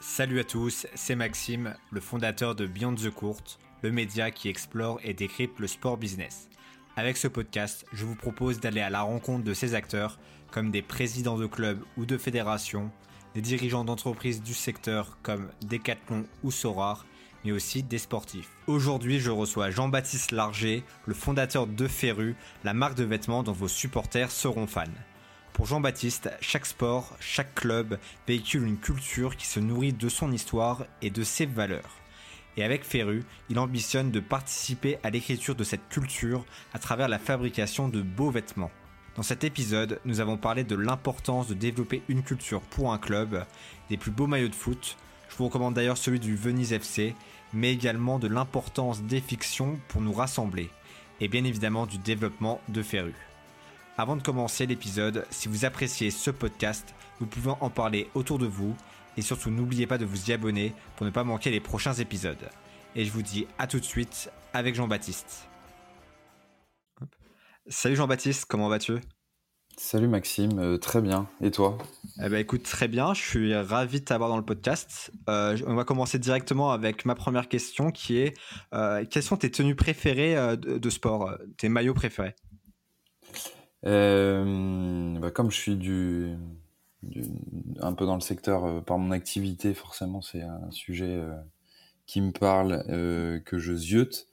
Salut à tous, c'est Maxime, le fondateur de Beyond the Court, le média qui explore et décrypte le sport business. Avec ce podcast, je vous propose d'aller à la rencontre de ces acteurs, comme des présidents de clubs ou de fédérations, des dirigeants d'entreprises du secteur comme Decathlon ou Sorar, mais aussi des sportifs. Aujourd'hui, je reçois Jean-Baptiste Larger, le fondateur de Féru, la marque de vêtements dont vos supporters seront fans. Pour Jean-Baptiste, chaque sport, chaque club véhicule une culture qui se nourrit de son histoire et de ses valeurs. Et avec Féru, il ambitionne de participer à l'écriture de cette culture à travers la fabrication de beaux vêtements. Dans cet épisode, nous avons parlé de l'importance de développer une culture pour un club, des plus beaux maillots de foot, je vous recommande d'ailleurs celui du Venise FC, mais également de l'importance des fictions pour nous rassembler, et bien évidemment du développement de Féru. Avant de commencer l'épisode, si vous appréciez ce podcast, vous pouvez en parler autour de vous et surtout n'oubliez pas de vous y abonner pour ne pas manquer les prochains épisodes. Et je vous dis à tout de suite avec Jean-Baptiste. Salut Jean-Baptiste, comment vas-tu ? Salut Maxime, très bien. Et toi ? Écoute, très bien, je suis ravi de t'avoir dans le podcast. On va commencer directement avec ma première question qui est quelles sont tes tenues préférées de sport, tes maillots préférés ? Comme je suis un peu dans le secteur par mon activité, forcément c'est un sujet qui me parle, que je ziote.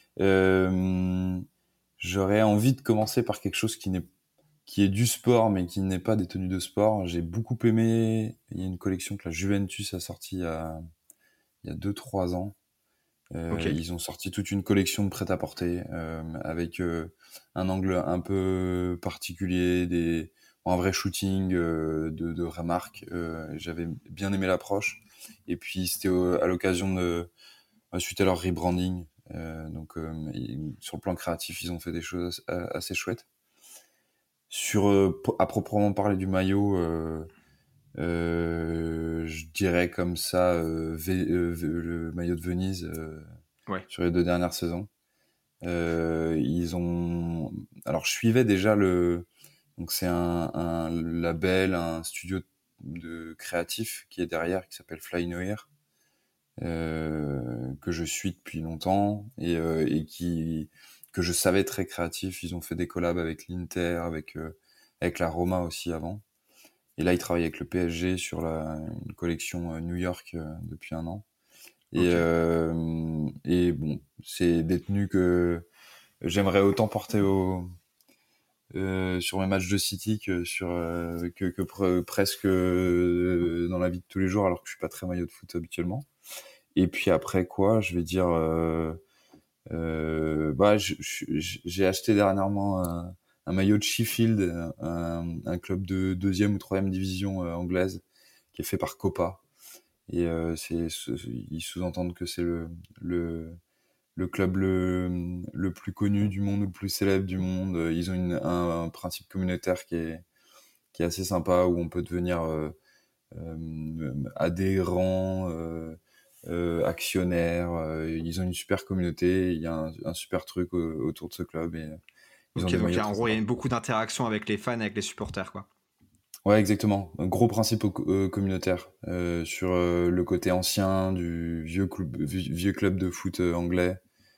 J'aurais envie de commencer par quelque chose qui est du sport mais qui n'est pas des tenues de sport. J'ai beaucoup aimé, il y a une collection que la Juventus a sortie il y a 2-3 ans. Okay. Ils ont sorti toute une collection de prêt-à-porter avec un angle un peu particulier, un vrai shooting de vraies marques. J'avais bien aimé l'approche. Et puis c'était à l'occasion suite à leur rebranding. Sur le plan créatif, ils ont fait des choses assez chouettes. À proprement parler du maillot, je dirais comme ça le maillot de Venise. Ouais. Sur les 2 dernières saisons. Alors je suivais déjà donc c'est un label, un studio de créatif qui est derrière, qui s'appelle Fly No Air, que je suis depuis longtemps et que je savais très créatif. Ils ont fait des collabs avec l'Inter, avec la Roma aussi avant. Et là, ils travaillent avec le PSG sur une collection New York depuis 1 an. Et bon, c'est des tenues que j'aimerais autant porter sur mes matchs de City que presque dans la vie de tous les jours, alors que je suis pas très maillot de foot habituellement. Et puis après quoi, je vais dire, j'ai acheté dernièrement un maillot de Sheffield, un club de 2e ou 3e division anglaise, qui est fait par Copa. Et ils sous-entendent que c'est le club le plus connu du monde ou le plus célèbre du monde. Ils ont un principe communautaire qui est assez sympa, où on peut devenir adhérent, actionnaire. Ils ont une super communauté, il y a un super truc autour de ce club. Et ils ont des donc maillots en très gros, il y sympas. a beaucoup d'interactions avec les fans, avec les supporters, quoi. Ouais, exactement. Un gros principe communautaire sur le côté ancien du vieux club de foot anglais.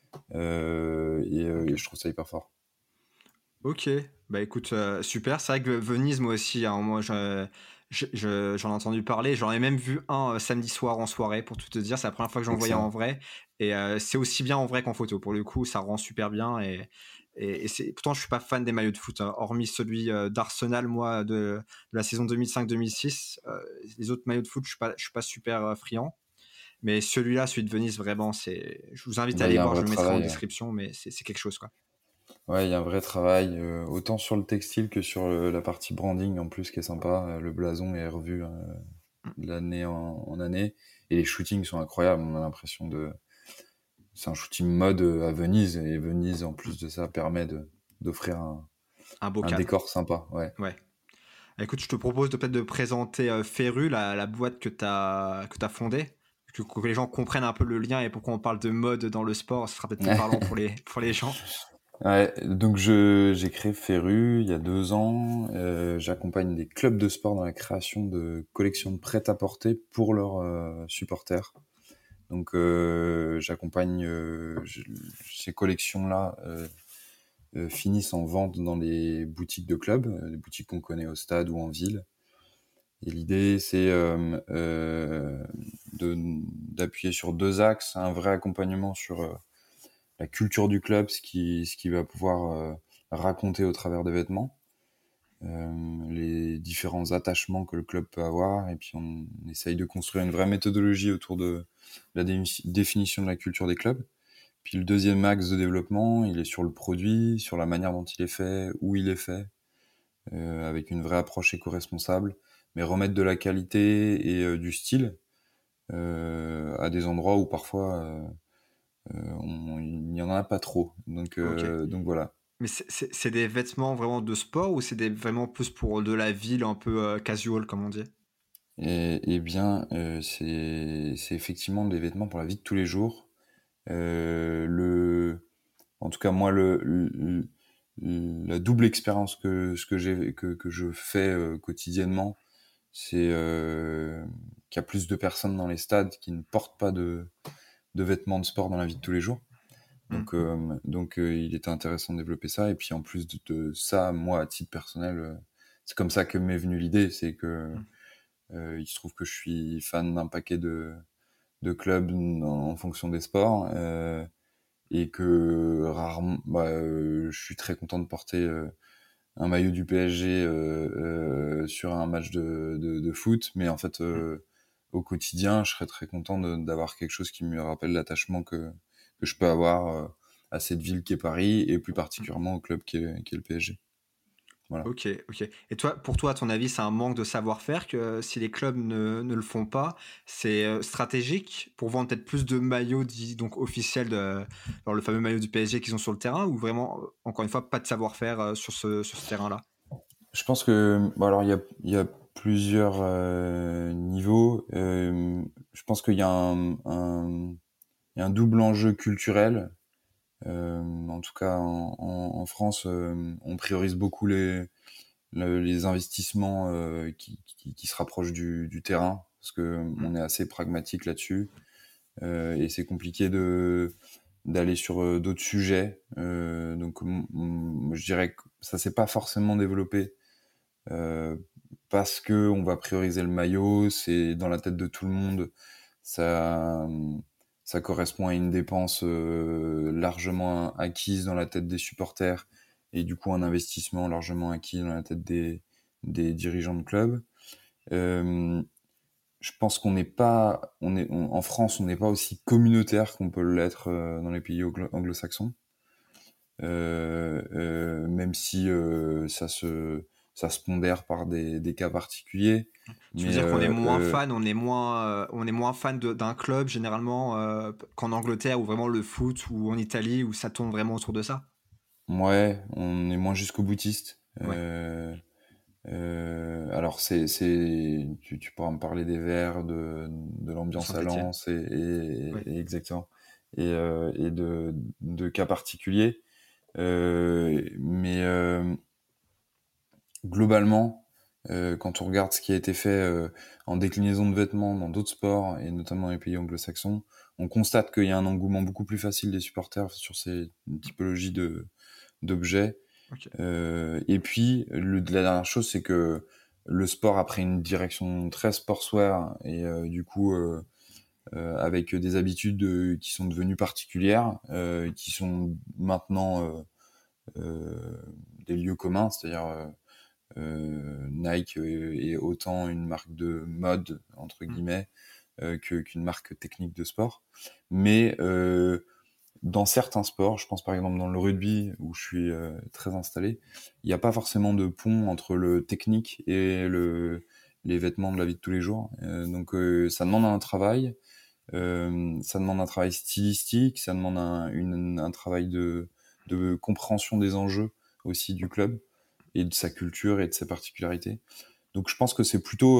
Et je trouve ça hyper fort. Ok, bah écoute, super. C'est vrai que Venise, moi aussi, hein, moi j'en ai entendu parler. J'en ai même vu un samedi soir en soirée, pour tout te dire. C'est la première fois que j'en voyais en Excellent. vrai. Et c'est aussi bien en vrai qu'en photo. Pour le coup, ça rend super bien. Et pourtant, je suis pas fan des maillots de foot, hein, hormis celui d'Arsenal, moi, de la saison 2005-2006. Les autres maillots de foot, je suis pas super friand. Mais celui-là, celui de Venise, vraiment, je vous invite à Bah, il aller y a un voir. Je vrai le mettrai en travail. description, mais c'est quelque chose, quoi. Ouais, il y a un vrai travail, autant sur le textile que sur la partie branding en plus, qui est sympa. Le blason est revu d'année en année. Et les shootings sont incroyables. On a l'impression c'est un shooting mode à Venise. Et Venise, en plus de ça, permet d'offrir Un beau un cadre. décor sympa. Ouais. Ouais. Écoute, je te propose peut-être de présenter Féru, la boîte que tu as fondée, que les gens comprennent un peu le lien et pourquoi on parle de mode dans le sport. Ce sera peut-être plus parlant pour les gens. Ouais, donc j'ai créé Féru il y a 2 ans. J'accompagne des clubs de sport dans la création de collections de prêt-à-porter pour leurs supporters. Donc j'accompagne ces collections-là finissent en vente dans les boutiques de clubs, les boutiques qu'on connaît au stade ou en ville. Et l'idée, c'est d'appuyer sur 2 axes, un vrai accompagnement sur la culture du club, ce qui va pouvoir raconter au travers des vêtements, les différents attachements que le club peut avoir, et puis on essaye de construire une vraie méthodologie autour de la définition de la culture des clubs. Puis le deuxième axe de développement, il est sur le produit, sur la manière dont il est fait, où il est fait, avec une vraie approche éco-responsable, mais remettre de la qualité et du style à des endroits où parfois il n'y en a pas trop. OK. Donc voilà. Mais c'est des vêtements vraiment de sport ou c'est des vraiment plus pour de la ville un peu, casual comme on dit? Et bien, c'est effectivement des vêtements pour la vie de tous les jours. En tout cas, moi, la double expérience que je fais quotidiennement, c'est qu'il y a plus de personnes dans les stades qui ne portent pas de vêtements de sport dans la vie de tous les jours. Mmh. Donc, il était intéressant de développer ça. Et puis en plus de ça, moi, à titre personnel, c'est comme ça que m'est venue l'idée. C'est que Mmh. il se trouve que je suis fan d'un paquet de clubs en fonction des sports. Et que rarement, je suis très content de porter un maillot du PSG sur un match de foot, mais en fait, Mmh. au quotidien, je serais très content d'avoir quelque chose qui me rappelle l'attachement que je peux avoir à cette ville qui est Paris, et plus Mmh. particulièrement au club qui est le PSG. Voilà. OK, OK. Et toi, pour toi, à ton avis, c'est un manque de savoir-faire que si les clubs ne le font pas, c'est, stratégique pour vendre peut-être plus de maillots dits donc officiels de genre le fameux maillot du PSG qu'ils ont sur le terrain ou vraiment, encore une fois, pas de savoir-faire, sur ce terrain-là? Je pense que, bon, alors il y a plusieurs niveaux. Je pense qu'il y a il y a un double enjeu culturel. En tout cas, en France, on priorise beaucoup les investissements qui se rapprochent du terrain, parce que Mmh. on est assez pragmatique là-dessus, et c'est compliqué d'aller sur d'autres sujets. Donc, je dirais que ça s'est pas forcément développé euh, parce que on va prioriser le maillot. C'est dans la tête de tout le monde. Ça, ça correspond à une dépense largement acquise dans la tête des supporters, et du coup un investissement largement acquis dans la tête des dirigeants de club. Euh, je pense qu'on n'est pas, en France, on n'est pas aussi communautaire qu'on peut l'être dans les pays anglo-saxons, même si ça se pondère par des cas particuliers. Tu veux Mais dire qu'on est moins fan, on est moins fan de d'un club généralement, qu'en Angleterre ou vraiment le foot ou en Italie où ça tourne vraiment autour de ça? ouais, on est moins jusqu'au boutiste. Ouais, Alors tu pourras me parler des Verts, de de l'ambiance à Saint-Étienne. Lens, Ouais. et exactement, et de cas particuliers. Mais globalement, quand on regarde ce qui a été fait en déclinaison de vêtements dans d'autres sports, et notamment dans les pays anglo-saxons, on constate qu'il y a un engouement beaucoup plus facile des supporters sur ces typologies d'objets. OK. Et puis, la dernière chose, c'est que le sport a pris une direction très sportswear, et du coup, avec des habitudes qui sont devenues particulières, qui sont maintenant des lieux communs, c'est-à-dire Nike est autant une marque de mode, entre Mmh. guillemets, qu'une marque technique de sport. Mais dans certains sports, je pense par exemple dans le rugby où je suis très installé, il n'y a pas forcément de pont entre le technique et les vêtements de la vie de tous les jours. Donc ça demande un travail, ça demande un travail stylistique, ça demande un travail de compréhension des enjeux aussi du club et de sa culture et de ses particularités. Donc je pense que c'est plutôt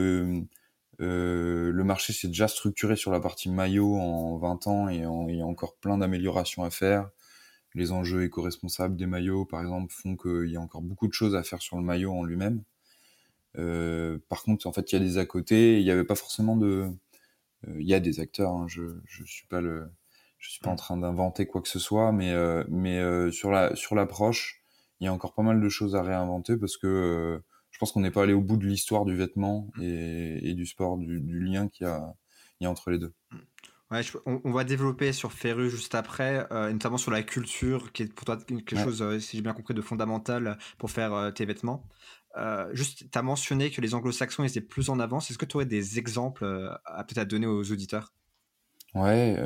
le marché s'est déjà structuré sur la partie maillot en 20 ans, et il y a encore plein d'améliorations à faire. les enjeux éco-responsables des maillots, par exemple, font qu'il y a encore beaucoup de choses à faire sur le maillot en lui-même. Par contre, en fait, il y a des à côté. Il n'y avait pas forcément de. Il y a des acteurs. Hein, je suis pas en train d'inventer quoi que ce soit, mais sur l'approche, il y a encore pas mal de choses à réinventer parce que je pense qu'on n'est pas allé au bout de l'histoire du vêtement et du sport, du lien il y a entre les deux. Ouais, on va développer sur Féru juste après, et notamment sur la culture qui est pour toi quelque Ouais. chose, si j'ai bien compris, de fondamental pour faire tes vêtements. Juste, tu as mentionné que les anglo-saxons ils étaient plus en avance. Est-ce que tu aurais des exemples peut-être à donner aux auditeurs? Ouais,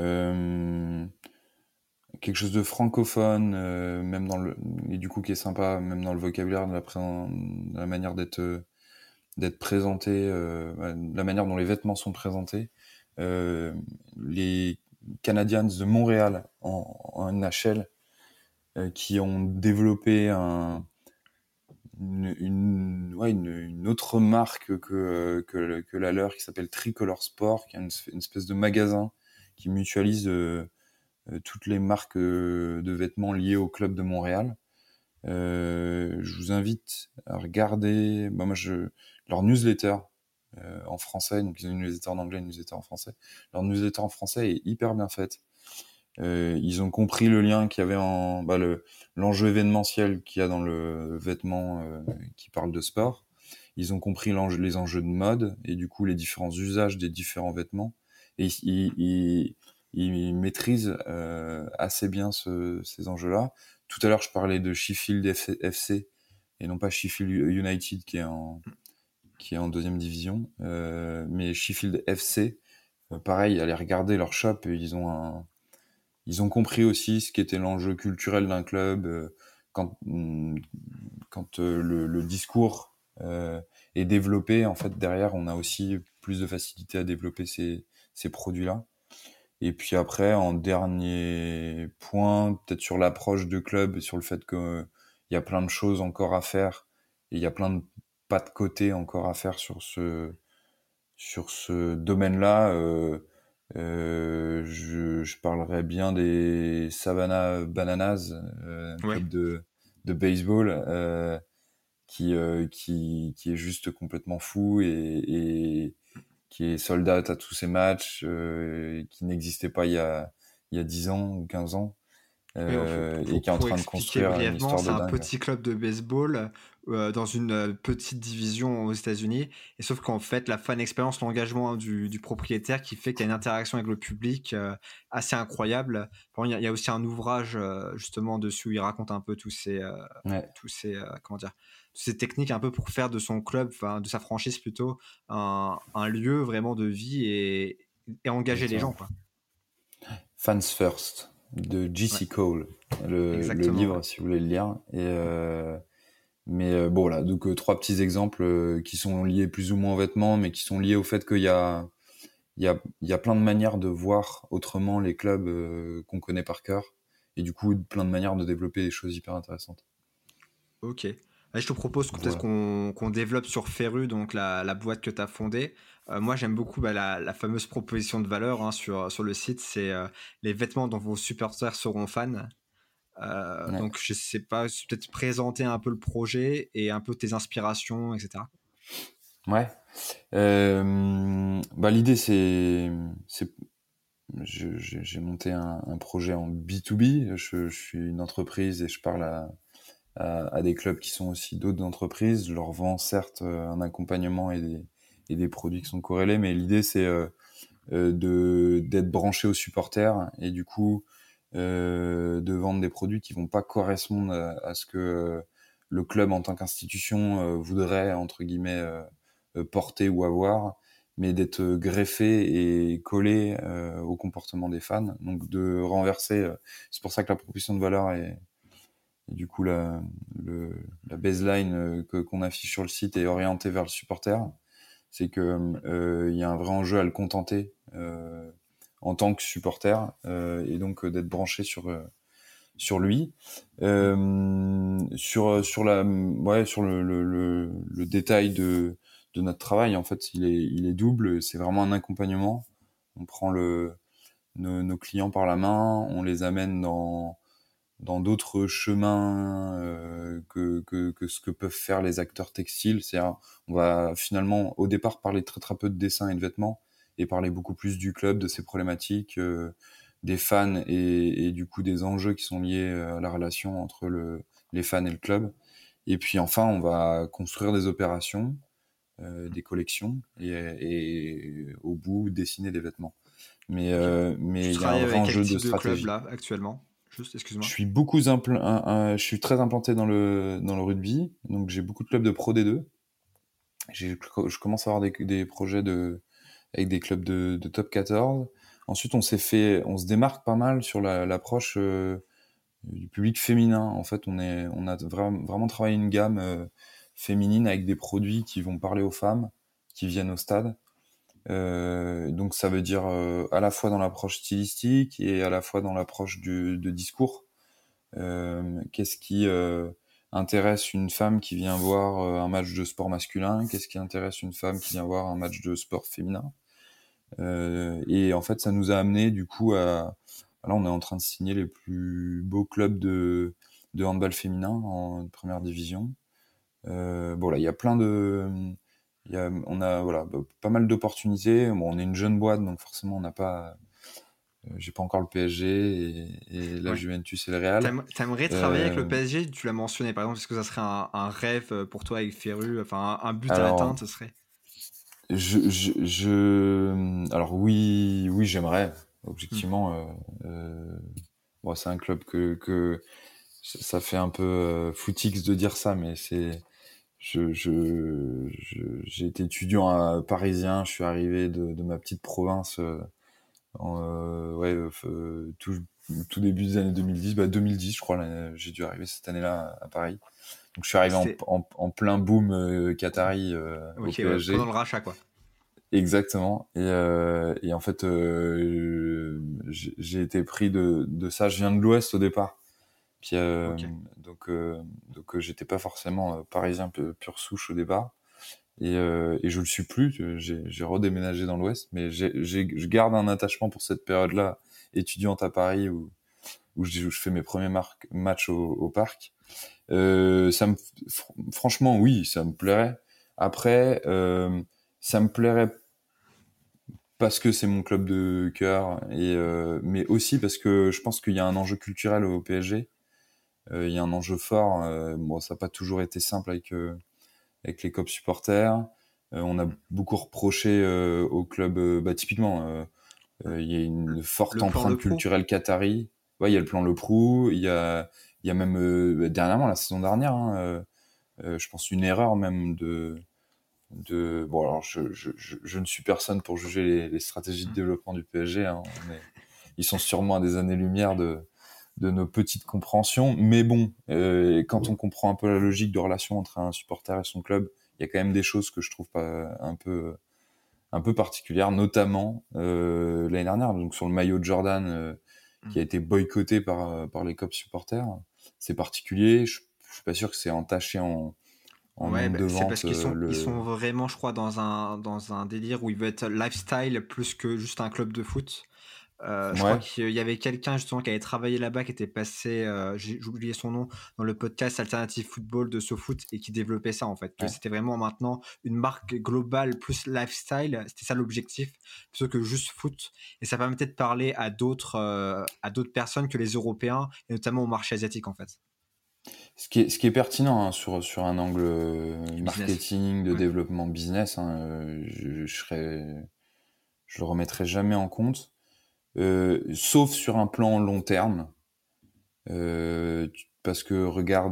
quelque chose de francophone, même et du coup qui est sympa, même dans le vocabulaire, de la manière d'être présenté, ouais, la manière dont les vêtements sont présentés. Les Canadiens de Montréal en NHL qui ont développé une autre marque que la leur qui s'appelle Tricolor Sport, qui est une espèce de magasin qui mutualise toutes les marques de vêtements liées au club de Montréal. Je vous invite à regarder leur newsletter en français. Donc ils ont une newsletter en anglais, une newsletter en français. Leur newsletter en français est hyper bien faite. Ils ont compris le lien qu'il y avait l'enjeu événementiel qu'il y a dans le vêtement qui parle de sport. Ils ont compris les enjeux de mode et du coup les différents usages des différents vêtements. Et ils maîtrisent assez bien ces enjeux-là. Tout à l'heure, je parlais de Sheffield FC et non pas Sheffield United qui est en deuxième division. Mais Sheffield FC, pareil, allez regarder leur shop. Ils ont compris aussi ce qu'était l'enjeu culturel d'un club quand, quand le discours est développé. En fait, derrière, on a aussi plus de facilité à développer ces produits-là. Et puis après, en dernier point, peut-être sur l'approche de club et sur le fait qu'il y a plein de choses encore à faire et il y a plein de pas de côté encore à faire sur ce domaine-là. Je parlerais bien des Savannah Bananas, un Ouais. club de baseball qui est juste complètement fou et qui est sold out à tous ses matchs, qui n'existait pas il y a 10 ans ou 15 ans, Oui, et qui est en pour train de expliquer construire une brièvement, histoire c'est de un dingue. petit club de baseball dans une petite division aux États-Unis. Et sauf qu'en fait, la fan expérience, l'engagement du propriétaire qui fait qu'il y a une interaction avec le public assez incroyable. Bon, il y a aussi un ouvrage justement dessus où il raconte un peu Ouais, comment dire, toutes ces techniques un peu pour faire de son club, enfin de sa franchise plutôt, un lieu vraiment de vie et engager les gens, exactement. quoi. Fans First de Ouais, J.C. Cole, le exactement. Ouais. livre si vous voulez le lire. Mais bon voilà, donc trois petits exemples qui sont liés plus ou moins aux vêtements, mais qui sont liés au fait il y a plein de manières de voir autrement les clubs qu'on connaît par cœur, et du coup plein de manières de développer des choses hyper intéressantes. Ok. Je te propose peut-être Voilà. qu'on développe sur Féru, donc la boîte que tu as fondée. Moi, j'aime beaucoup la fameuse proposition de valeur hein, sur le site, c'est les vêtements dont vos supporters seront fans. Ouais. Donc, je sais pas, peut-être présenter un peu le projet et un peu tes inspirations, etc. Ouais. L'idée c'est j'ai monté un projet en B2B. Je suis une entreprise et je parle à des clubs qui sont aussi d'autres entreprises. Je leur vends certes un accompagnement et des produits qui sont corrélés, mais l'idée c'est d'être branché aux supporters et du coup de vendre des produits qui vont pas correspondre à ce que le club en tant qu'institution voudrait entre guillemets porter ou avoir, mais d'être greffé et collé au comportement des fans, donc de renverser. C'est pour ça que la proposition de valeur et du coup le, la baseline qu'on affiche sur le site est orientée vers le supporter. C'est que il y a un vrai enjeu à le contenter en tant que supporter et donc d'être branché sur lui. Sur le détail de notre travail, en fait, il est double. C'est vraiment un accompagnement. On prend nos clients par la main, on les amène dans d'autres chemins que ce que peuvent faire les acteurs textiles. C'est-à-dire, on va finalement au départ parler très très peu de dessin et de vêtements et parler beaucoup plus du club, de ses problématiques, des fans et du coup des enjeux qui sont liés à la relation entre les fans et le club. Et puis enfin, on va construire des opérations, des collections et au bout dessiner des vêtements. Ok. Tu Mais il y a un travailles vrai avec quel enjeu de type de club stratégie. là actuellement? Juste, excuse-moi. Je suis très implanté dans le rugby, donc j'ai beaucoup de clubs de Pro D2. Je commence à avoir des projets avec des clubs de top 14. Ensuite, on se démarque pas mal sur l'approche du public féminin. En fait, on a vraiment travaillé une gamme féminine avec des produits qui vont parler aux femmes qui viennent au stade. Donc ça veut dire à la fois dans l'approche stylistique et à la fois dans l'approche de discours. Qu'est-ce qui intéresse une femme qui vient voir un match de sport masculin? Qu'est-ce qui intéresse une femme qui vient voir un match de sport féminin? Et en fait, ça nous a amené du coup à... Là, on est en train de signer les plus beaux clubs de handball féminin en première division. Bon, là, il y a plein de... on a voilà, pas mal d'opportunités. Bon, on est une jeune boîte, donc forcément, on n'a pas... j'ai pas encore le PSG et la Ouais. Juventus et le Real. T'aimerais travailler avec le Euh, PSG? Tu l'as mentionné, par exemple, est-ce que ça serait un rêve pour toi avec Ferru, enfin un but à alors, atteindre, ce serait? alors oui, oui, j'aimerais. Hmm. Objectivement, bon, c'est un club que ça fait un peu footix de dire ça, mais j'ai été étudiant parisien. Je suis arrivé de ma petite province, ouais, tout début des années 2010, 2010, je crois. J'ai dû arriver cette année-là à Paris. Donc je suis arrivé C'était. en plein boom Qatari au Ok, ouais, pendant le PSG. rachat, quoi. Exactement. Et en fait, j'ai été pris de ça. Je viens de l'Ouest au départ. Puis Ok. j'étais pas forcément parisien pure souche au départ. Et je le suis plus. J'ai redéménagé dans l'Ouest, mais je garde un attachement pour cette période-là étudiante à Paris où je fais mes premiers matchs au parc. Franchement, oui, ça me plairait. Après, ça me plairait parce que c'est mon club de cœur, mais aussi parce que je pense qu'il y a un enjeu culturel au PSG. Il y a un enjeu fort. Bon, ça n'a pas toujours été simple avec les COP supporters. On a beaucoup reproché au club, typiquement, il y a une forte Le plan Le empreinte Pro? culturelle qatari. Ouais, il y a le plan Le Prou, il y a même dernièrement, la saison dernière, hein, je pense une erreur même bon alors je ne suis personne pour juger les stratégies de Hmm. développement du PSG, hein. Ils sont sûrement à des années-lumière de nos petites compréhensions, mais bon, quand on comprend un peu la logique de relation entre un supporter et son club, il y a quand même des choses que je trouve pas un peu particulières, notamment l'année dernière, donc sur le maillot de Jordan Hmm. qui a été boycotté par les COP supporters. C'est particulier, je suis pas sûr que c'est entaché en Ouais, nombre bah, de c'est parce ventes ils sont vraiment, je crois, dans un délire où ils veulent être lifestyle plus que juste un club de foot. Je crois Ouais, qu'il y avait quelqu'un justement qui avait travaillé là-bas, qui était passé, j'ai oublié son nom, dans le podcast Alternative Football de SoFoot et qui développait ça en fait, que ouais. c'était vraiment maintenant une marque globale plus lifestyle, c'était ça l'objectif, plutôt que juste foot. Et ça permettait de parler à d'autres personnes que les Européens, et notamment au marché asiatique en fait. Ce qui est pertinent hein, sur un angle Business. marketing, de Ouais. développement business, hein, je le remettrai jamais en compte, sauf sur un plan long terme, parce que regarde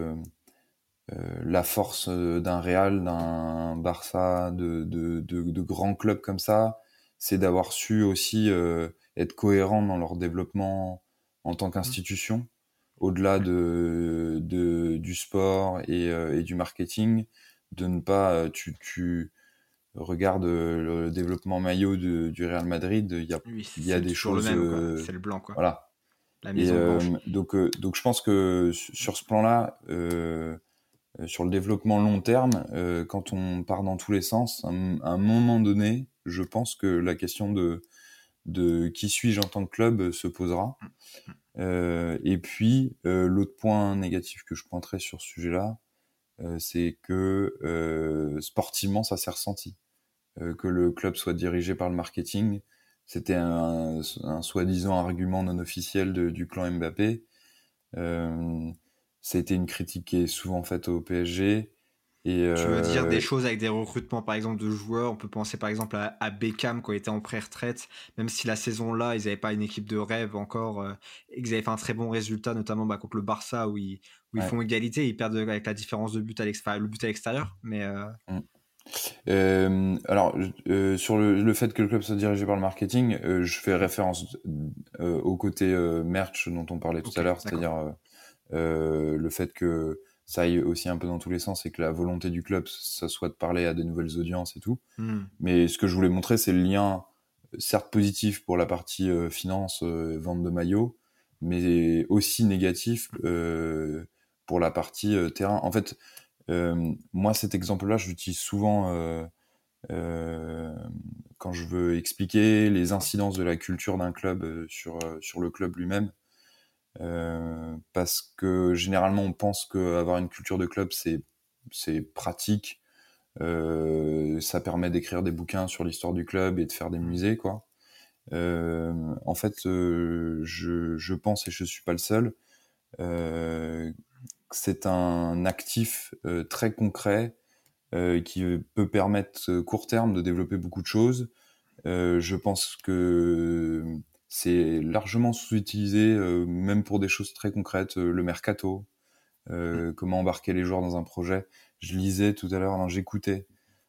la force d'un Real, d'un Barça, de grands clubs comme ça, c'est d'avoir su aussi être cohérent dans leur développement en tant Mm. qu'institution, au-delà Ouais. du sport et du marketing, de ne pas, tu regardes le développement maillot du Real Madrid, Oui, il y a c'est des toujours le choses, même quoi, c'est le blanc quoi, voilà. la Et maison blanche. donc je pense que sur ce plan-là, sur le développement long terme, quand on part dans tous les sens, à un moment donné, je pense que la question de qui suis-je en tant que club se posera. Et puis, l'autre point négatif que je pointerais sur ce sujet-là, c'est que sportivement, ça s'est ressenti. Que le club soit dirigé par le marketing, c'était un soi-disant argument non officiel du clan Mbappé. Ça a été une critique qui est souvent faite au PSG. Et Tu veux dire des choses avec des recrutements, par exemple, de joueurs. On peut penser, par exemple, à Beckham, qui était en pré-retraite. Même si la saison-là, ils n'avaient pas une équipe de rêve encore, et qu'ils avaient fait un très bon résultat, notamment contre le Barça, où ils ouais. font égalité. Ils perdent avec la différence de but à l'extérieur, le but à l'extérieur. Mais Alors, sur le fait que le club soit dirigé par le marketing, je fais référence au côté merch dont on parlait tout à ok, l'heure, d'accord. c'est-à-dire le fait que ça aille aussi un peu dans tous les sens et que la volonté du club, ça soit de parler à de nouvelles audiences et tout. Hmm. Mais ce que je voulais montrer, c'est le lien, certes positif pour la partie finance, vente de maillots, mais aussi négatif pour la partie terrain. En fait, moi, cet exemple-là, je l'utilise souvent euh, quand je veux expliquer les incidences de la culture d'un club sur le club lui-même. Parce que généralement, on pense qu'avoir une culture de club, c'est pratique. Ça permet d'écrire des bouquins sur l'histoire du club et de faire des musées, quoi. En fait, je pense, et je suis pas le seul, que c'est un actif très concret qui peut permettre court terme de développer beaucoup de choses. Je pense que c'est largement sous-utilisé, même pour des choses très concrètes, le mercato, comment embarquer les joueurs dans un projet. Je lisais tout à l'heure, non, j'écoutais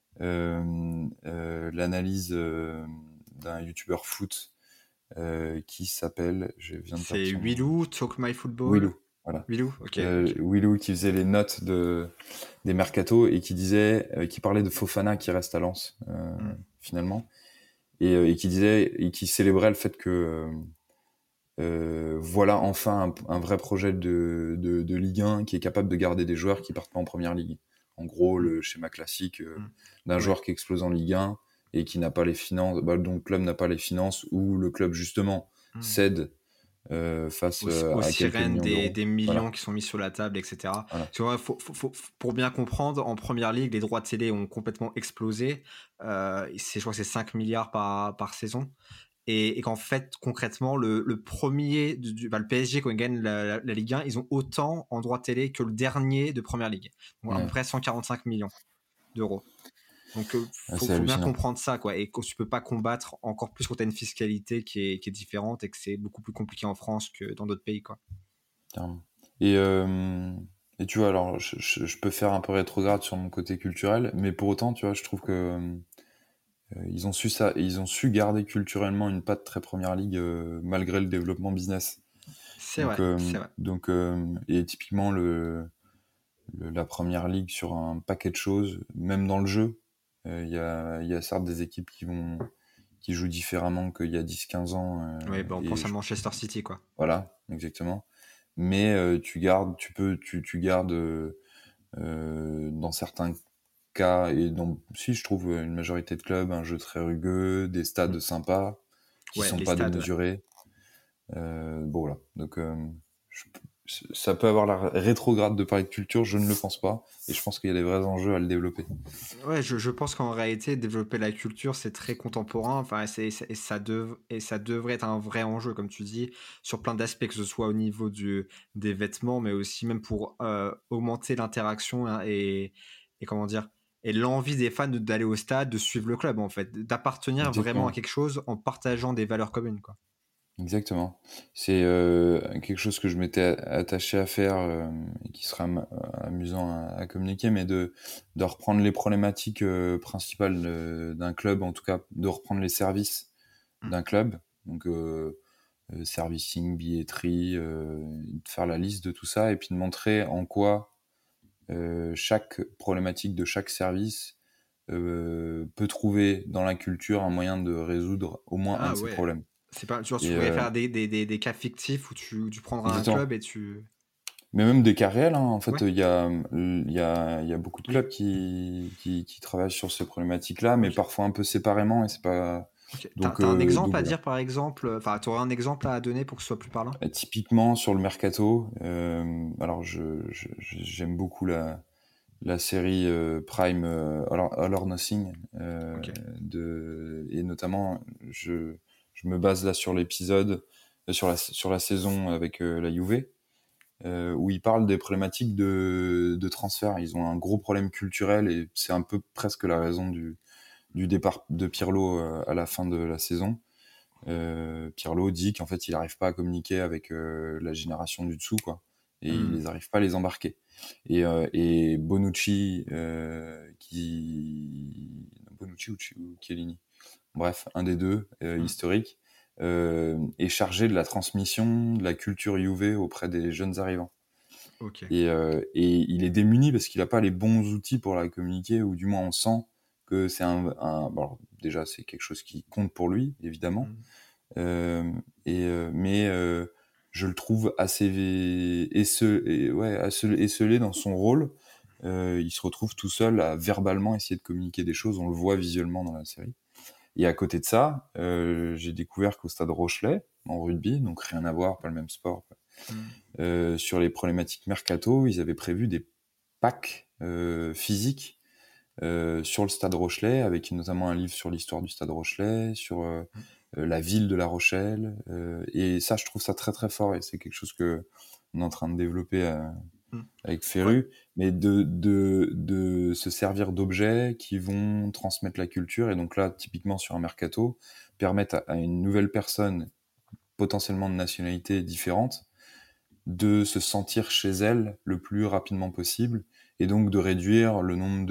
l'analyse d'un youtubeur foot qui s'appelle, je viens de perdre C'est son nom, Willou, Talk My Football. Willou, voilà. Willou, ok. Ok. Willou qui faisait les notes des mercatos et qui disait, qui parlait de Fofana qui reste à Lens Hmm. finalement, et qui disait et qui célébrait le fait que voilà enfin un vrai projet de Ligue 1 qui est capable de garder des joueurs qui partent pas en première ligue. En gros, Hmm. le schéma classique Hmm. d'un Ouais. joueur qui explose en Ligue 1 et qui n'a pas les finances, bah, dont le club n'a pas les finances, ou le club justement Hmm. cède face Aux à quelques sirènes millions d'euros. des millions Voilà, qui sont mis sur la table, etc. voilà. Tu vois, pour bien comprendre, en première ligue, les droits de télé ont complètement explosé. Je crois que c'est 5 milliards par saison. Et qu'en fait, concrètement, le premier, le PSG, quand ils gagnent la Ligue 1, ils ont autant en droits de télé que le dernier de première ligue. Donc à peu Ouais. près 145 millions d'euros. Donc, Ouais, c'est faut bien hallucinant. comprendre ça, quoi. Et que tu peux pas combattre encore plus quand tu as une fiscalité qui est différente et que c'est beaucoup plus compliqué en France que dans d'autres pays, quoi. Carrément. Et, et tu vois, alors, je peux faire un peu rétrograde sur mon côté culturel, mais pour autant, tu vois, je trouve que ils ont su ça, ils ont su garder culturellement une patte très première ligue malgré le développement business. C'est vrai, c'est vrai. Et typiquement la première ligue sur un paquet de choses, même dans le jeu, il y a certes des équipes qui jouent différemment qu'il y a 10 15 ans, Oui, bah, on et pense à Manchester City, quoi. voilà, exactement. Mais tu gardes, tu gardes dans certains cas, et dans, si je trouve une majorité de clubs, un jeu très rugueux, des Mm. stades sympas, qui Ouais, sont les pas stades, ouais. démesurés. Bon, voilà. Donc, je- ça peut avoir la rétrograde de parler de culture, je ne le pense pas. Et je pense qu'il y a des vrais enjeux à le développer. Ouais, je pense qu'en réalité, développer la culture, c'est très contemporain. Enfin, et ça devrait être un vrai enjeu, comme tu dis, sur plein d'aspects, que ce soit au niveau des vêtements, mais aussi même pour augmenter l'interaction, hein, et comment dire, et l'envie des fans d'aller au stade, de suivre le club, en fait, d'appartenir vraiment à Exactement. quelque chose en partageant des valeurs communes, quoi. Exactement. C'est quelque chose que je m'étais attaché à faire et qui sera amusant à communiquer, mais de reprendre les problématiques principales d'un club, en tout cas de reprendre les services Mm. d'un club, donc servicing, billetterie, de faire la liste de tout ça et puis de montrer en quoi chaque problématique de chaque service peut trouver dans la culture un moyen de résoudre au moins un de Ah ces ouais. problèmes. C'est pas, tu vois, tu Et pourrais faire des cas fictifs où tu prendras un exactement. club et tu. Mais même des cas réels, hein, en fait, Ouais, il y a beaucoup de oui, clubs qui travaillent sur ces problématiques-là, mais oui. parfois un peu séparément, et c'est pas. Ok. Donc, T'as un exemple à voilà. dire, par exemple, enfin, tu aurais un exemple à donner pour que ce soit plus parlant? Typiquement sur le mercato, alors j'aime beaucoup la série Prime All or Nothing, Ok. et notamment je me base là sur l'épisode, sur la saison avec la Juve, où ils parlent des problématiques de transfert. Ils ont un gros problème culturel et c'est un peu presque la raison du départ de Pirlo à la fin de la saison. Pirlo dit qu'en fait il n'arrive pas à communiquer avec la génération du dessous, quoi, et il Hmm. les arrive pas à les embarquer. Et Bonucci, Bonucci ou Chiellini, bref, un des deux, Hmm. historique, est chargé de la transmission de la culture Juve auprès des jeunes arrivants. Ok. Et il est démuni parce qu'il n'a pas les bons outils pour la communiquer, ou du moins on sent que c'est bon, alors, déjà c'est quelque chose qui compte pour lui, évidemment, Hmm. mais je le trouve assez esselé dans son rôle. Il se retrouve tout seul à verbalement essayer de communiquer des choses. On le voit visuellement dans la série. Et à côté de ça, j'ai découvert qu'au Stade Rochelet, en rugby, donc rien à voir, pas le même sport, Hmm. sur les problématiques mercato, ils avaient prévu des packs physiques sur le Stade Rochelet, avec notamment un livre sur l'histoire du Stade Rochelet, sur Hmm. la ville de La Rochelle. Et ça, je trouve ça très très fort, et c'est quelque chose que on est en train de développer Hmm. avec Ouais. Ferru, mais de se servir d'objets qui vont transmettre la culture. Et donc là, typiquement sur un mercato, permettre à une nouvelle personne, potentiellement de nationalité différente, de se sentir chez elle le plus rapidement possible, et donc de réduire le nombre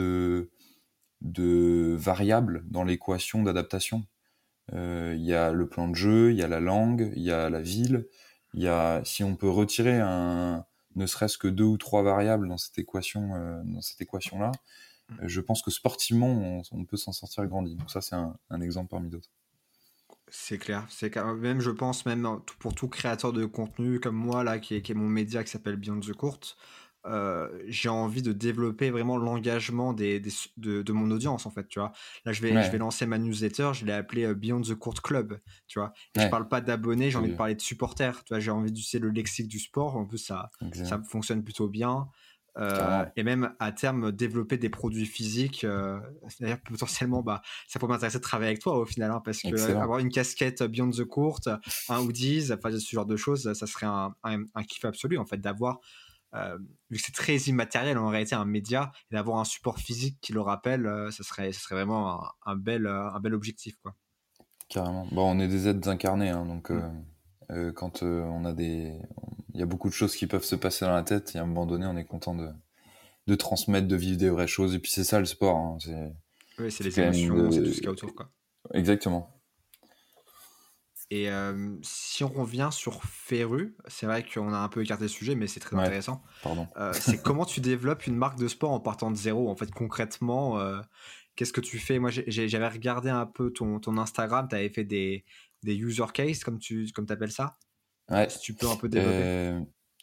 de variables dans l'équation d'adaptation. Il y a le plan de jeu, il y a la langue, il y a la ville, si on peut retirer ne serait-ce que 2 ou 3 variables dans cette équation-là, Hmm. je pense que sportivement, on peut s'en sortir grandi. Donc ça, c'est un exemple parmi d'autres. C'est clair, même je pense même pour tout créateur de contenu comme moi là qui est mon média qui s'appelle Beyond the Court, j'ai envie de développer vraiment l'engagement de mon audience en fait, tu vois? Là je vais Ouais, lancer ma newsletter, je l'ai appelée, Beyond the Court Club, tu vois? Et je ouais, parle pas d'abonnés, j'ai j'ai envie de vu. parler de supporters, tu vois? J'ai envie d'utiliser le lexique du sport, en plus ça Excellent. fonctionne plutôt bien, Carrément. et même à terme développer des produits physiques, c'est-à-dire potentiellement, bah, ça pourrait m'intéresser de travailler avec toi au final, hein, parce que Excellent. avoir une casquette Beyond the Court, un hoodies, enfin ce genre de choses, ça serait un kiff absolu en fait d'avoir, vu que c'est très immatériel en réalité un média, et d'avoir un support physique qui le rappelle, ça serait vraiment un bel objectif quoi. Carrément. Bon, on est des êtres incarnés, hein, donc Mm. quand il y a beaucoup de choses qui peuvent se passer dans la tête, et à un moment donné, on est content de transmettre, de vivre des vraies choses. Et puis c'est ça le sport, hein, Oui, c'est c'est les quand même émotions, c'est tout ce qu'il y a autour quoi. exactement. Et si on revient sur Féru, c'est vrai qu'on a un peu écarté le sujet, mais c'est très Ouais, intéressant. pardon. C'est comment tu développes une marque de sport en partant de zéro, en fait, concrètement, qu'est-ce que tu fais? Moi, j'avais regardé un peu ton Instagram, tu avais fait des user cases, comme tu appelles ça. Ouais. Si tu peux un peu développer. Euh,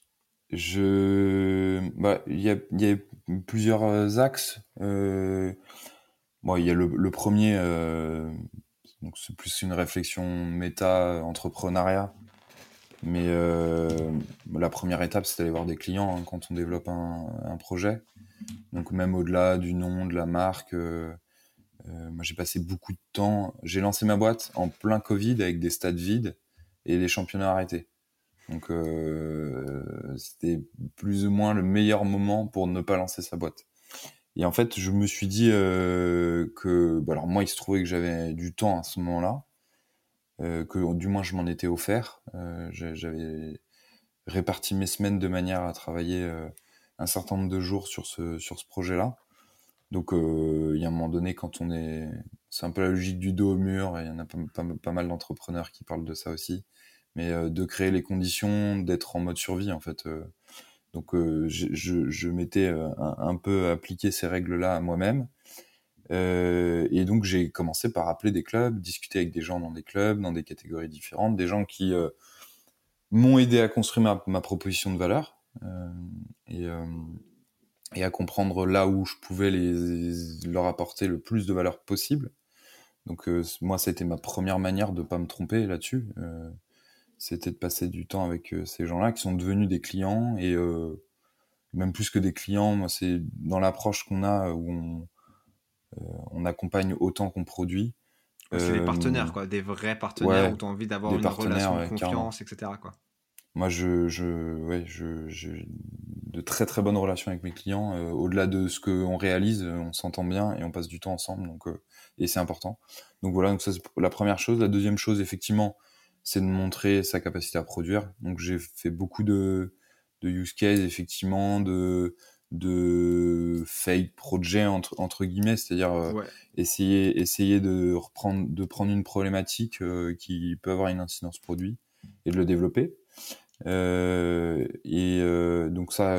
il y a plusieurs axes. Bon, il y a le premier, donc c'est plus une réflexion méta entrepreneuriat. Mais la première étape, c'est d'aller voir des clients, hein, quand on développe un projet. Donc même au-delà du nom, de la marque, moi j'ai passé beaucoup de temps. J'ai lancé ma boîte en plein Covid avec des stades vides et les championnats arrêtés. Donc c'était plus ou moins le meilleur moment pour ne pas lancer sa boîte. Et en fait, je me suis dit que, bah, alors moi, il se trouvait que j'avais du temps à ce moment-là, que du moins je m'en étais offert. J'avais réparti mes semaines de manière à travailler un certain nombre de jours sur ce projet-là. Donc il y a un moment donné, c'est un peu la logique du dos au mur, et il y en a pas mal d'entrepreneurs qui parlent de ça aussi, mais de créer les conditions d'être en mode survie en fait. Donc je m'étais un peu appliqué ces règles-là à moi-même. Et donc j'ai commencé par appeler des clubs, discuter avec des gens dans des clubs, dans des catégories différentes, des gens qui m'ont aidé à construire ma proposition de valeur, et, euh, et à comprendre là où je pouvais leur apporter le plus de valeur possible. Donc moi, c'était ma première manière de pas me tromper là-dessus. C'était de passer du temps avec ces gens-là qui sont devenus des clients et même plus que des clients, moi, c'est dans l'approche qu'on a où on accompagne autant qu'on produit. Ouais, c'est des Euh, partenaires, quoi, des vrais partenaires ouais, où tu as envie d'avoir des une partenaires, relation de ouais, carrément. confiance, etc., quoi. Moi, ouais, j'ai de très très bonnes relations avec mes clients. Au-delà de ce qu'on réalise, on s'entend bien et on passe du temps ensemble, donc et c'est important. Donc voilà, donc ça c'est la première chose. La deuxième chose, effectivement, c'est de montrer sa capacité à produire. Donc j'ai fait beaucoup de use case, effectivement, de fake projet entre guillemets, c'est-à-dire Ouais, essayer de prendre une problématique qui peut avoir une incidence produit et de le développer. Donc ça,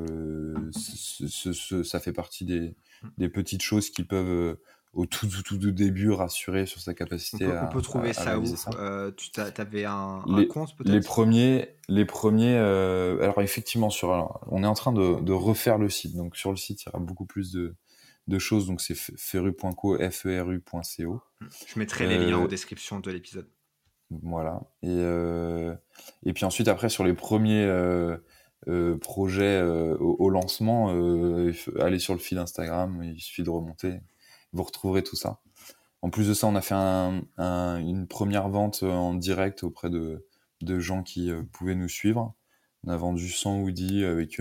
ça fait partie des petites choses qui peuvent, au tout début, rassurer sur sa capacité on peut trouver à ça où? réaliser ça. T'avais un Les, compte, les peut-être? premiers, alors effectivement, alors, on est en train de refaire le site. Donc sur le site, il y aura beaucoup plus de choses. Donc c'est feru.co, feru.co. Je mettrai les liens en Euh, description de l'épisode. Voilà. Et puis ensuite, après, sur les premiers projets au lancement, allez sur le feed Instagram, il suffit de remonter, vous retrouverez tout ça. En plus de ça, on a fait une première vente en direct auprès de gens qui pouvaient nous suivre. On a vendu 100 hoodies avec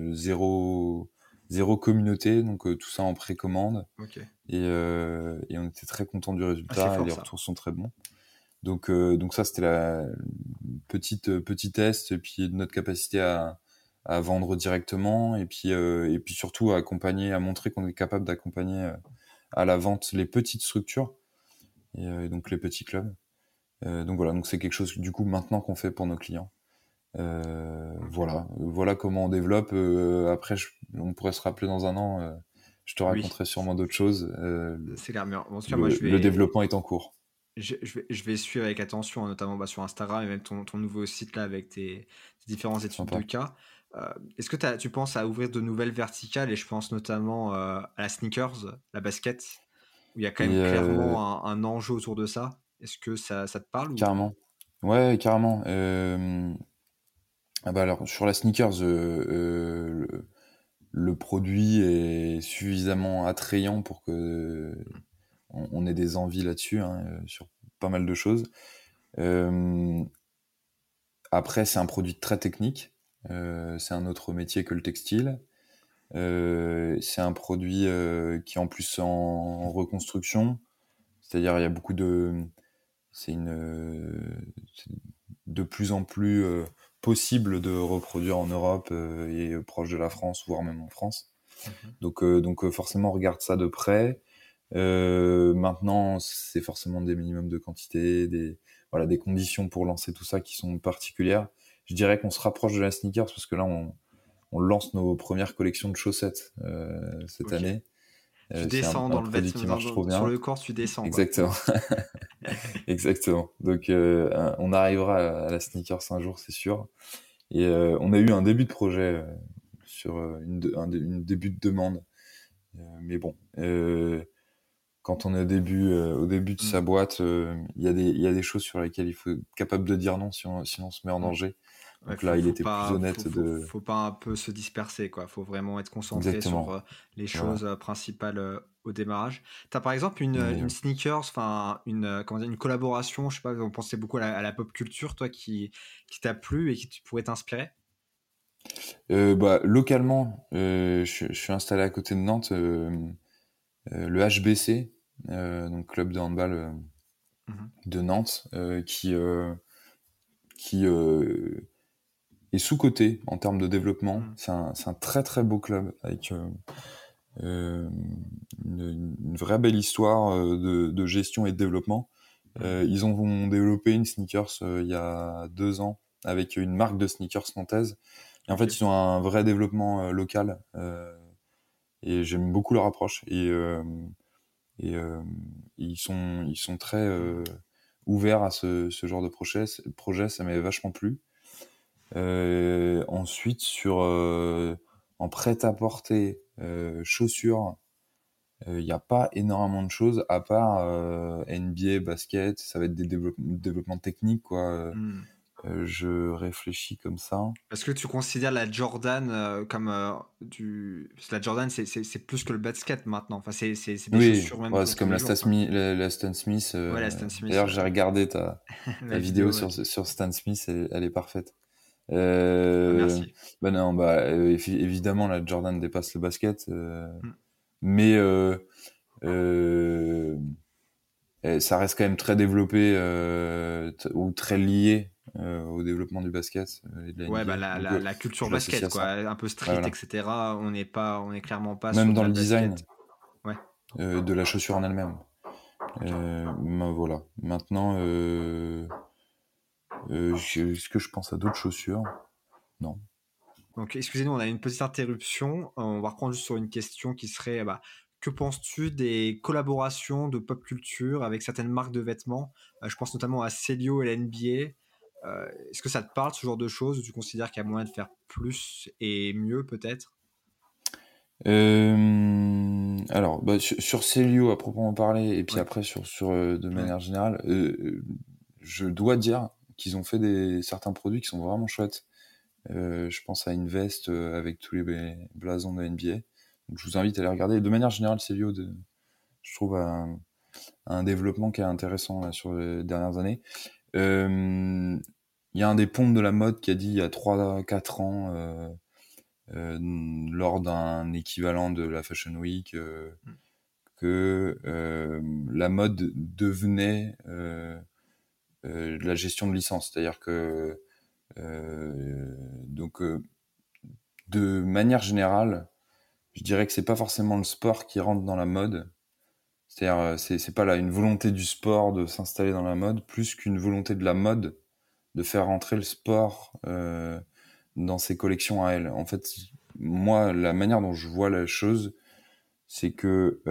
zéro communauté, donc tout ça en précommande. Ok. Et on était très content du Ah, c'est résultat, et fort, les ça. retours sont très bons. Donc ça, c'était la petit test, et puis notre capacité à vendre directement, et puis surtout à accompagner, à montrer qu'on est capable d'accompagner à la vente les petites structures, et donc les petits clubs. Donc voilà, donc c'est quelque chose du coup maintenant qu'on fait pour nos clients. Ok. Voilà comment on développe. Après, on pourrait se rappeler dans un an. Je te Oui, raconterai sûrement d'autres choses. c'est clair. Mais en tout cas, moi, Le développement est en cours. je vais suivre avec attention, notamment bah, sur Instagram et même ton nouveau site là avec tes différentes études de Sympa. cas. Est-ce que tu penses à ouvrir de nouvelles verticales et je pense notamment à la sneakers, la basket, où il y a quand Et même clairement un enjeu autour de ça. Est-ce que ça te parle ou... carrément. Ouais, carrément. Ah bah alors sur la sneakers, le produit est suffisamment attrayant pour que on ait des envies là-dessus, hein, sur pas mal de choses. Euh, Après, c'est un produit très technique. C'est un autre métier que le textile. C'est un produit qui est en plus en reconstruction. C'est-à-dire, il y a beaucoup de, c'est de plus en plus possible de reproduire en Europe et proche de la France, voire même en France. Mhm. Donc forcément, on regarde ça de près. Maintenant, c'est forcément des minimums de quantité, voilà, des conditions pour lancer tout ça qui sont particulières. Je dirais qu'on se rapproche de la sneakers parce que là, on lance nos premières collections de chaussettes cette Ok. année. Tu C'est descends un dans le produit qui marche trop sur bien. le corps, tu descends quoi. Exactement, exactement. Donc, on arrivera à la sneakers un jour, c'est sûr. Et on a eu un début de projet sur une début de demande. Mais bon, quand on est au début de sa Mm. boîte, il y a des choses sur lesquelles il faut être capable de dire non, sinon on se met en Mm. danger. Ouais, Donc là, il était plus honnête faut pas un peu se disperser, quoi. Faut vraiment être concentré sur exactement. les Voilà. choses principales au démarrage. T'as par exemple Mais une sneakers, enfin comment dire, une collaboration, je sais pas, on pensait beaucoup à la pop culture, toi, qui t'a plu et qui pourrait t'inspirer? bah, localement, je suis installé à côté de Nantes, le HBC, donc club de handball Mhm. de Nantes, qui est sous-coté en termes de développement. Mhm. C'est un très très beau club avec euh, une vraie belle histoire de gestion et de développement. Mhm. Ils ont développé une sneakers il y a 2 ans avec une marque de sneakers nantaise. Et en Ok. fait, ils ont un vrai développement local et j'aime beaucoup leur approche. Et ils sont très Mhm. ouverts à ce genre de projet. Ça m'avait vachement plu. Ensuite, en prêt-à-porter chaussures, Il n'y a pas énormément de choses à part NBA, basket, ça va être des développements techniques, quoi. Hmm. Je réfléchis comme ça. Est-ce que tu considères la Jordan comme du... Parce que la Jordan, c'est plus que le basket maintenant. Enfin, c'est des Oui, chaussures même ouais, pour c'est tous comme les jours, quoi. La Stan Smith. Ouais, la Stan Smith, D'ailleurs, j'ai regardé ta la vidéo vidéo, ouais. sur Stan Smith, elle est parfaite. Ah, Euh, merci. Bah non, bah évidemment, la Jordan dépasse le basket, Hmm. mais euh, ça reste quand même très développé ou très lié au développement du basket et de la Ouais, bah NBA. Donc, la culture je l'associe basket, à quoi. ça. Un peu Ouais, street, voilà. etc. On est clairement pas sur Même de dans la le design basket. Ouais, de la chaussure en elle-même. ok. Ben voilà. Maintenant, est-ce que je pense à d'autres chaussures? Non. Donc, excusez-nous, on a une petite interruption. On va reprendre juste sur une question qui serait, bah, que penses-tu des collaborations de pop culture avec certaines marques de vêtements? Je pense notamment à Celio et la NBA. Est-ce que ça te parle, ce genre de choses? Ou tu considères qu'il y a moyen de faire plus et mieux, peut-être? Alors, bah, sur Célio à proprement parler, et puis Ouais, après de ouais. manière générale, je dois dire qu'ils ont fait certains produits qui sont vraiment chouettes. Je pense à une veste avec tous les blasons de la NBA. Donc, je vous invite à les regarder. De manière générale, Célio, je trouve un développement qui est intéressant là, sur les dernières années. Il y a un des pontes de la mode qui a dit il y a 3 4 ans, lors d'un équivalent de la Fashion Week, Mm. que la mode devenait de la gestion de licence. C'est-à-dire que donc de manière générale, je dirais que c'est pas forcément le sport qui rentre dans la mode. C'est-à-dire c'est pas là une volonté du sport de s'installer dans la mode, plus qu'une volonté de la mode de faire rentrer le sport dans ses collections à elle. En fait, moi, la manière dont je vois la chose, c'est que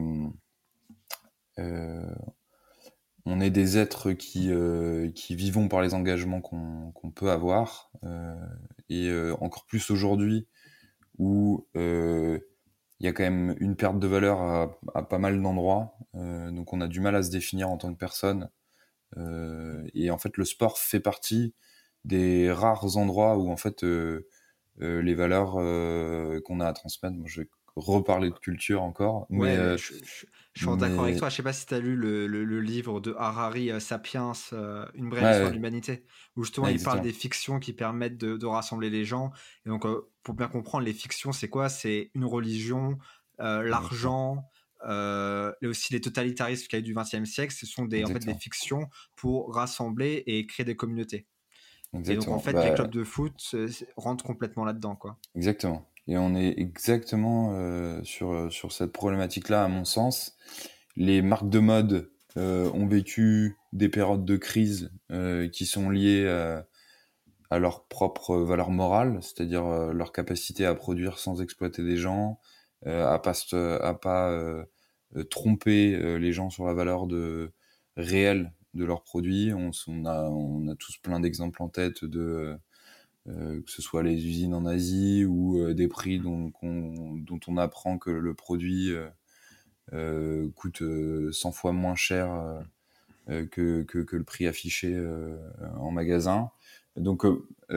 euh, on est des êtres qui vivons par les engagements qu'on peut avoir, et encore plus aujourd'hui où il y a quand même une perte de valeur à pas mal d'endroits, donc on a du mal à se définir en tant que personne, et en fait le sport fait partie des rares endroits où en fait les valeurs qu'on a à transmettre. Moi, je vais reparler de culture encore, Ouais, mais je suis d'accord avec mais toi. Je sais pas si tu as lu le livre de Harari, Sapiens, Une ouais, brève histoire de ouais, l'humanité, où justement ouais, il parle exactement, des fictions qui permettent de rassembler les gens. Et donc, pour bien comprendre, les fictions, c'est quoi? C'est une religion, exactement, l'argent, et aussi les totalitarismes qu'il y a eu du XXe siècle. Ce sont en fait, des exactement, fictions pour rassembler et créer des communautés. Et donc, en exactement. fait, les clubs Bah, de foot rentrent complètement là-dedans, quoi. exactement. Et on est exactement sur cette problématique-là, à mon sens. Les marques de mode ont vécu des périodes de crise qui sont liées à leur propre valeur morale, c'est-à-dire leur capacité à produire sans exploiter des gens, à pas tromper les gens sur la valeur réelle de leurs produits. On a tous plein d'exemples en tête que ce soit les usines en Asie ou des prix dont on apprend que le produit coûte 100 fois moins cher que le prix affiché en magasin. Donc,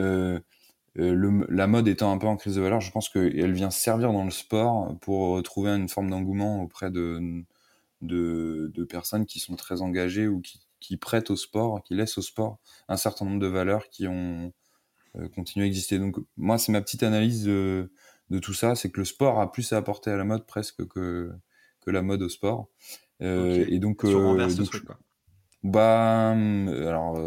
la mode étant un peu en crise de valeur, je pense qu'elle vient servir dans le sport pour trouver une forme d'engouement auprès de personnes qui sont très engagées ou qui prêtent au sport, qui laissent au sport un certain nombre de valeurs qui ont continué à exister. Donc moi, c'est ma petite analyse de tout ça, c'est que le sport a plus à apporter à la mode presque que la mode au sport. Ok. Et donc, Tu renverses le truc, quoi. bah, alors,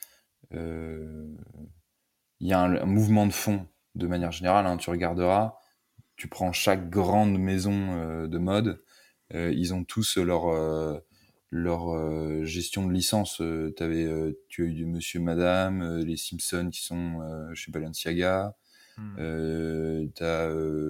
il y a un mouvement de fond de manière générale. Hein, tu regarderas, tu prends chaque grande maison de mode, ils ont tous leur gestion de licence. Tu as eu du Monsieur, Madame, les Simpsons qui sont chez Balenciaga. Hmm. Tu as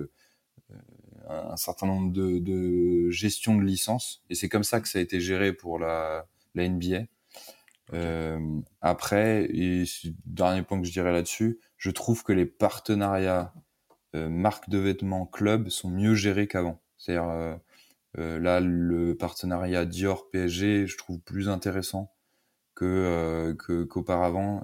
un certain nombre de gestion de licences, et c'est comme ça que ça a été géré pour la NBA. Ok. Après, et dernier point que je dirais là-dessus, je trouve que les partenariats marques de vêtements club sont mieux gérés qu'avant. C'est-à-dire Là, le partenariat Dior-PSG, je trouve plus intéressant qu'auparavant.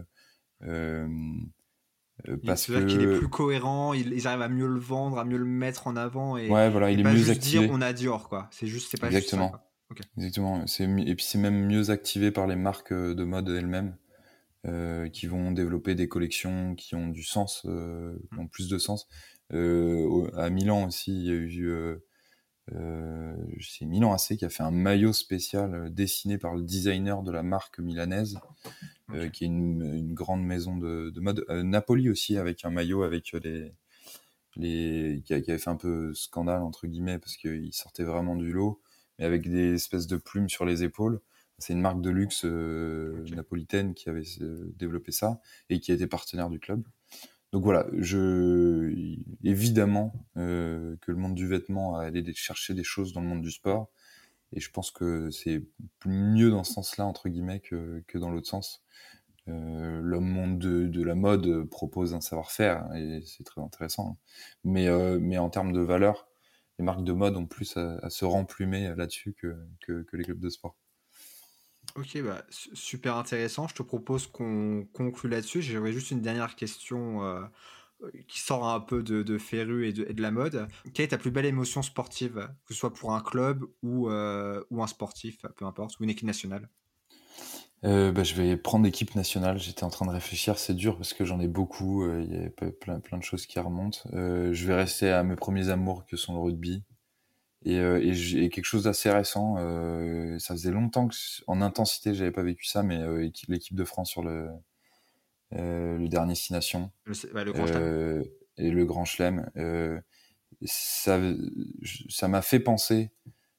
Parce C'est-à-dire qu'il est que plus cohérent, ils arrivent à mieux le vendre, à mieux le mettre en avant ouais, voilà, et il est pas mieux juste dire activé. on a Dior, quoi. C'est pas juste ça, Exactement, quoi. Ok. exactement. Et puis c'est même mieux activé par les marques de mode elles-mêmes, qui vont développer des collections qui ont du sens, qui ont plus de sens. À Milan aussi, il y a eu c'est Milan AC qui a fait un maillot spécial dessiné par le designer de la marque milanaise, Ok. qui est une grande maison de mode. Napoli aussi avec un maillot avec qui avait fait un peu scandale entre guillemets parce qu'il sortait vraiment du lot, mais avec des espèces de plumes sur les épaules. C'est une marque de luxe Ok. napolitaine qui avait développé ça et qui a été partenaire du club. Donc voilà, évidemment que le monde du vêtement a allé chercher des choses dans le monde du sport, et je pense que c'est mieux dans ce sens-là entre guillemets que dans l'autre sens. Le monde de la mode propose un savoir-faire et c'est très intéressant. Mais en termes de valeur, les marques de mode ont plus à se remplumer là-dessus que les clubs de sport. Ok, bah, super intéressant. Je te propose qu'on conclue là-dessus. J'aurais juste une dernière question qui sort un peu de Féru et de la mode. Quelle est ta plus belle émotion sportive, que ce soit pour un club ou un sportif, peu importe, ou une équipe nationale? Je vais prendre l'équipe nationale. J'étais en train de réfléchir, c'est dur parce que j'en ai beaucoup. Il y a plein de choses qui remontent. Je vais rester à mes premiers amours que sont le rugby. Et j'ai quelque chose d'assez récent. Ça faisait longtemps que, en intensité, j'avais pas vécu ça, mais l'équipe de France sur le dernier Six Nations Ouais, le Grand Chelem. euh, et le Grand Chelem, ça, ça m'a fait penser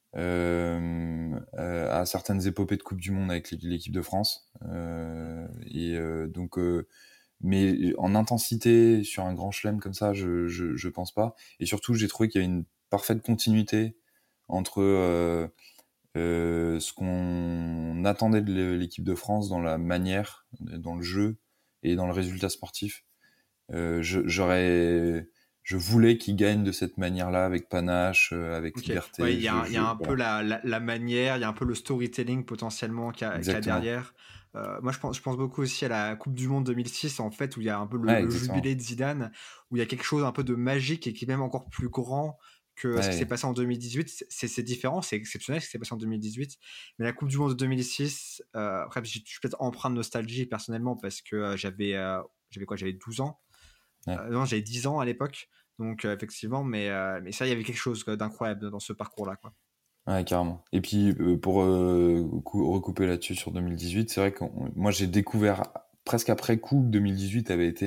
à certaines épopées de Coupe du Monde avec l'équipe de France. Mais en intensité sur un Grand Chelem comme ça, je pense pas. Et surtout, j'ai trouvé qu'il y avait une parfaite continuité entre ce qu'on attendait de l'équipe de France dans la manière, dans le jeu et dans le résultat sportif. Je voulais qu'ils gagnent de cette manière-là, avec panache, avec Ok, ouais, liberté. il y a un peu Voilà, la manière, il y a un peu le storytelling potentiellement qu'il y a exactement. derrière. Moi, je pense beaucoup aussi à la Coupe du Monde 2006, en fait, où il y a un peu le, Ouais, le exactement. jubilé de Zidane, où il y a quelque chose un peu de magique et qui est même encore plus grand que ce qui s'est Ouais, passé en 2018. C'est différent, c'est exceptionnel ce qui s'est passé en 2018. Mais la Coupe du Monde de 2006, après, je suis peut-être empreint de nostalgie personnellement parce que j'avais quoi? J'avais 12 ans. ouais, Non, j'avais 10 ans à l'époque. Donc, effectivement, mais ça, il y avait quelque chose quoi, d'incroyable dans ce parcours-là, quoi. ouais, carrément. Et puis, pour recouper là-dessus sur 2018, c'est vrai que moi, j'ai découvert presque après coup que 2018 avait été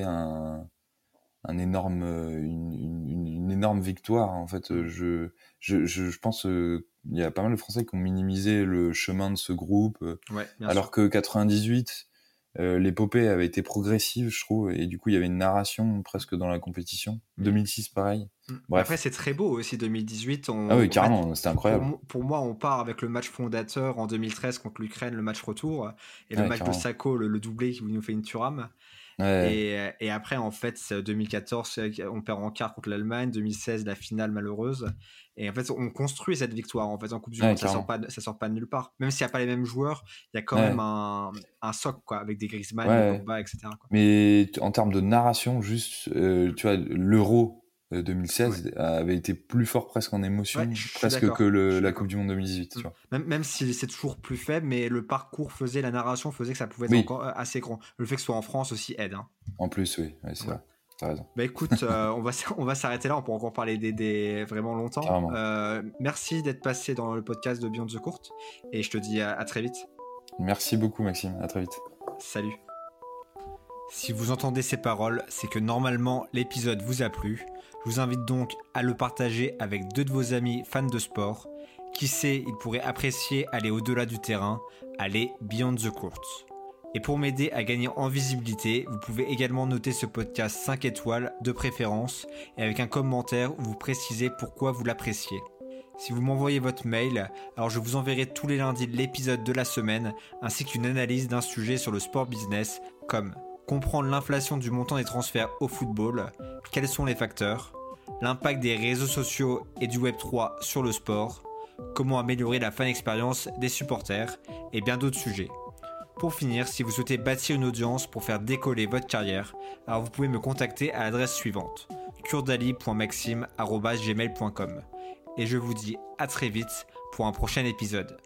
un énorme, une énorme victoire. En fait, Mm. je pense il y a pas mal de Français qui ont minimisé le chemin de ce groupe, Ouais, bien alors sûr. que 98, l'épopée avait été progressive, je trouve, et du coup, il y avait une narration presque dans la compétition. Mais 2006, pareil. après, Bref. c'est très beau aussi 2018. Ah oui, En fait, carrément, c'était incroyable. pour moi, on part avec le match fondateur en 2013 contre l'Ukraine, le match retour, et le Ouais, match de carrément. Sako, le doublé qui nous fait une Thuram. Ouais, Et après, en fait, 2014, on perd en quart contre l'Allemagne. 2016, la finale malheureuse. Et en fait, on construit cette victoire. En fait, en Coupe du ouais, Monde, carrément. ça sort pas de nulle part. Même s'il n'y a pas les mêmes joueurs, il y a quand même Ouais, un socle, quoi, avec des Griezmann, des ouais. Pogba, etc., quoi. Mais en termes de narration, juste, tu vois, l'Euro Ouais. 2016 avait été plus fort presque en Ouais, émotion, je suis presque que d'accord. Je suis la Coupe d'accord. du Monde 2018, tu Mm. vois. Même si c'est toujours plus faible, mais le parcours faisait, la narration faisait que ça pouvait être Oui, encore assez grand. Le fait que ce soit en France aussi aide, hein. en plus, oui, ouais, c'est Voilà. vrai. T'as raison. Bah écoute, on va s'arrêter là, on pourra encore parler des vraiment longtemps. Carrément. Merci d'être passé dans le podcast de Beyond the Court et je te dis à très vite. Merci beaucoup, Maxime. À très vite. Salut. Si vous entendez ces paroles, c'est que normalement l'épisode vous a plu. Je vous invite donc à le partager avec 2 de vos amis fans de sport. Qui sait, ils pourraient apprécier aller au-delà du terrain, aller beyond the court. Et pour m'aider à gagner en visibilité, vous pouvez également noter ce podcast 5 étoiles de préférence et avec un commentaire où vous précisez pourquoi vous l'appréciez. Si vous m'envoyez votre mail, alors je vous enverrai tous les lundis l'épisode de la semaine ainsi qu'une analyse d'un sujet sur le sport business comme comprendre l'inflation du montant des transferts au football, quels sont les facteurs, l'impact des réseaux sociaux et du Web3 sur le sport, comment améliorer la fan expérience des supporters et bien d'autres sujets. Pour finir, si vous souhaitez bâtir une audience pour faire décoller votre carrière, alors vous pouvez me contacter à l'adresse suivante kurdali.maxime@gmail.com. Et je vous dis à très vite pour un prochain épisode.